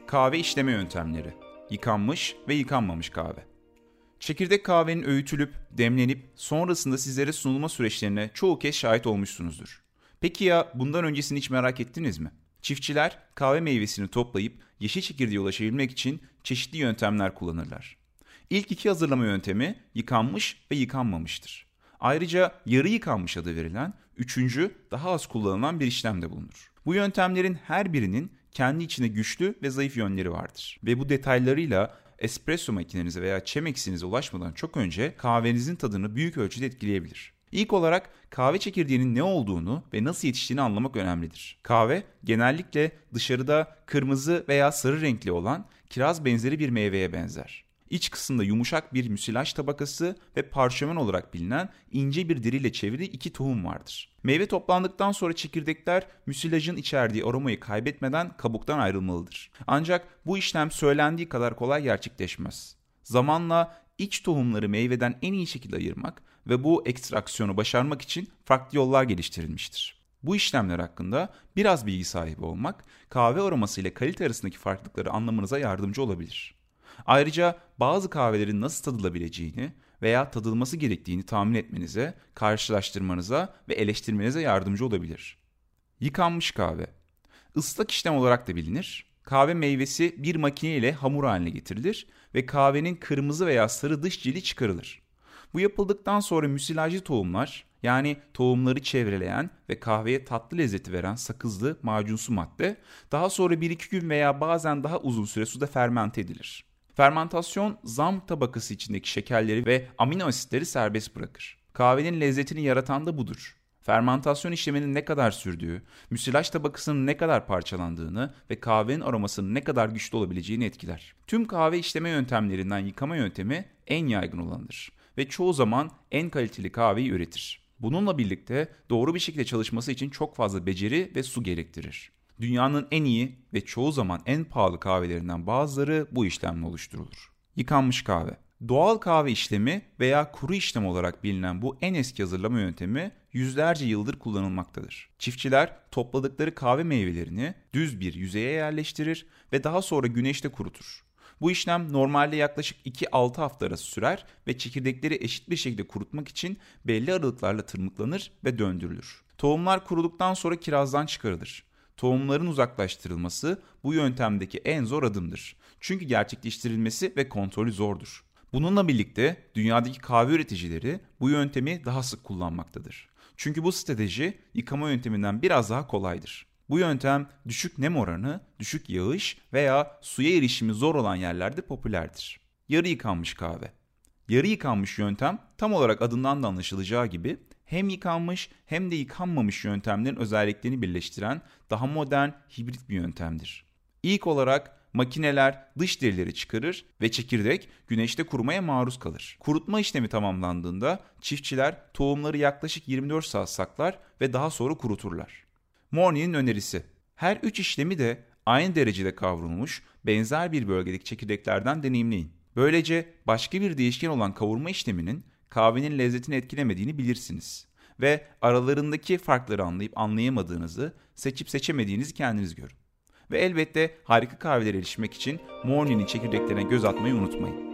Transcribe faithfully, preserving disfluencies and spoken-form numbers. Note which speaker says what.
Speaker 1: Kahve işleme yöntemleri. Yıkanmış ve yıkanmamış kahve. Çekirdek kahvenin öğütülüp, demlenip sonrasında sizlere sunulma süreçlerine çoğu kez şahit olmuşsunuzdur. Peki ya bundan öncesini hiç merak ettiniz mi? Çiftçiler kahve meyvesini toplayıp yeşil çekirdeğe ulaşabilmek için çeşitli yöntemler kullanırlar. İlk iki hazırlama yöntemi yıkanmış ve yıkanmamıştır. Ayrıca yarı yıkanmış adı verilen üçüncü daha az kullanılan bir işlem de bulunur. Bu yöntemlerin her birinin kendi içinde güçlü ve zayıf yönleri vardır. Ve bu detaylarıyla espresso makinenize veya Chemex'inize ulaşmadan çok önce kahvenizin tadını büyük ölçüde etkileyebilir. İlk olarak kahve çekirdeğinin ne olduğunu ve nasıl yetiştiğini anlamak önemlidir. Kahve genellikle dışarıda kırmızı veya sarı renkli olan kiraz benzeri bir meyveye benzer. İç kısımda yumuşak bir müsilaj tabakası ve parşömen olarak bilinen ince bir deriyle çevrili iki tohum vardır. Meyve toplandıktan sonra çekirdekler müsilajın içerdiği aromayı kaybetmeden kabuktan ayrılmalıdır. Ancak bu işlem söylendiği kadar kolay gerçekleşmez. Zamanla iç tohumları meyveden en iyi şekilde ayırmak ve bu ekstraksiyonu başarmak için farklı yollar geliştirilmiştir. Bu işlemler hakkında biraz bilgi sahibi olmak, kahve aroması ile kalite arasındaki farklılıkları anlamanıza yardımcı olabilir. Ayrıca bazı kahvelerin nasıl tadılabileceğini veya tadılması gerektiğini tahmin etmenize, karşılaştırmanıza ve eleştirmenize yardımcı olabilir. Yıkanmış kahve. Islak işlem olarak da bilinir. Kahve meyvesi bir makine ile hamur haline getirilir ve kahvenin kırmızı veya sarı dış cili çıkarılır. Bu yapıldıktan sonra müsilajlı tohumlar, yani tohumları çevreleyen ve kahveye tatlı lezzeti veren sakızlı macunsu madde, daha sonra bir iki gün veya bazen daha uzun süre suda fermente edilir. Fermentasyon, zam tabakası içindeki şekerleri ve amino asitleri serbest bırakır. Kahvenin lezzetini yaratan da budur. Fermentasyon işleminin ne kadar sürdüğü, müsilaj tabakasının ne kadar parçalandığını ve kahvenin aromasının ne kadar güçlü olabileceğini etkiler. Tüm kahve işleme yöntemlerinden yıkama yöntemi en yaygın olanıdır ve çoğu zaman en kaliteli kahveyi üretir. Bununla birlikte doğru bir şekilde çalışması için çok fazla beceri ve su gerektirir. Dünyanın en iyi ve çoğu zaman en pahalı kahvelerinden bazıları bu işlemle oluşturulur. Yıkanmış kahve. Doğal kahve işlemi veya kuru işlem olarak bilinen bu en eski hazırlama yöntemi yüzlerce yıldır kullanılmaktadır. Çiftçiler topladıkları kahve meyvelerini düz bir yüzeye yerleştirir ve daha sonra güneşte kurutur. Bu işlem normalde yaklaşık iki altı hafta arası sürer ve çekirdekleri eşit bir şekilde kurutmak için belli aralıklarla tırmıklanır ve döndürülür. Tohumlar kuruduktan sonra kirazdan çıkarılır. Tohumların uzaklaştırılması bu yöntemdeki en zor adımdır. Çünkü gerçekleştirilmesi ve kontrolü zordur. Bununla birlikte dünyadaki kahve üreticileri bu yöntemi daha sık kullanmaktadır. Çünkü bu strateji yıkama yönteminden biraz daha kolaydır. Bu yöntem düşük nem oranı, düşük yağış veya suya erişimi zor olan yerlerde popülerdir. Yarı yıkanmış kahve. Yarı yıkanmış yöntem tam olarak adından da anlaşılacağı gibi hem yıkanmış hem de yıkanmamış yöntemlerin özelliklerini birleştiren daha modern, hibrit bir yöntemdir. İlk olarak makineler dış derileri çıkarır ve çekirdek güneşte kurumaya maruz kalır. Kurutma işlemi tamamlandığında çiftçiler tohumları yaklaşık yirmi dört saat saklar ve daha sonra kuruturlar. Morney'nin önerisi: her üç işlemi de aynı derecede kavrulmuş, benzer bir bölgedeki çekirdeklerden deneyimleyin. Böylece başka bir değişken olan kavurma işleminin kahvenin lezzetini etkilemediğini bilirsiniz ve aralarındaki farkları anlayıp anlayamadığınızı, seçip seçemediğinizi kendiniz görün. Ve elbette harika kahvelere erişmek için Morney'nin çekirdeklerine göz atmayı unutmayın.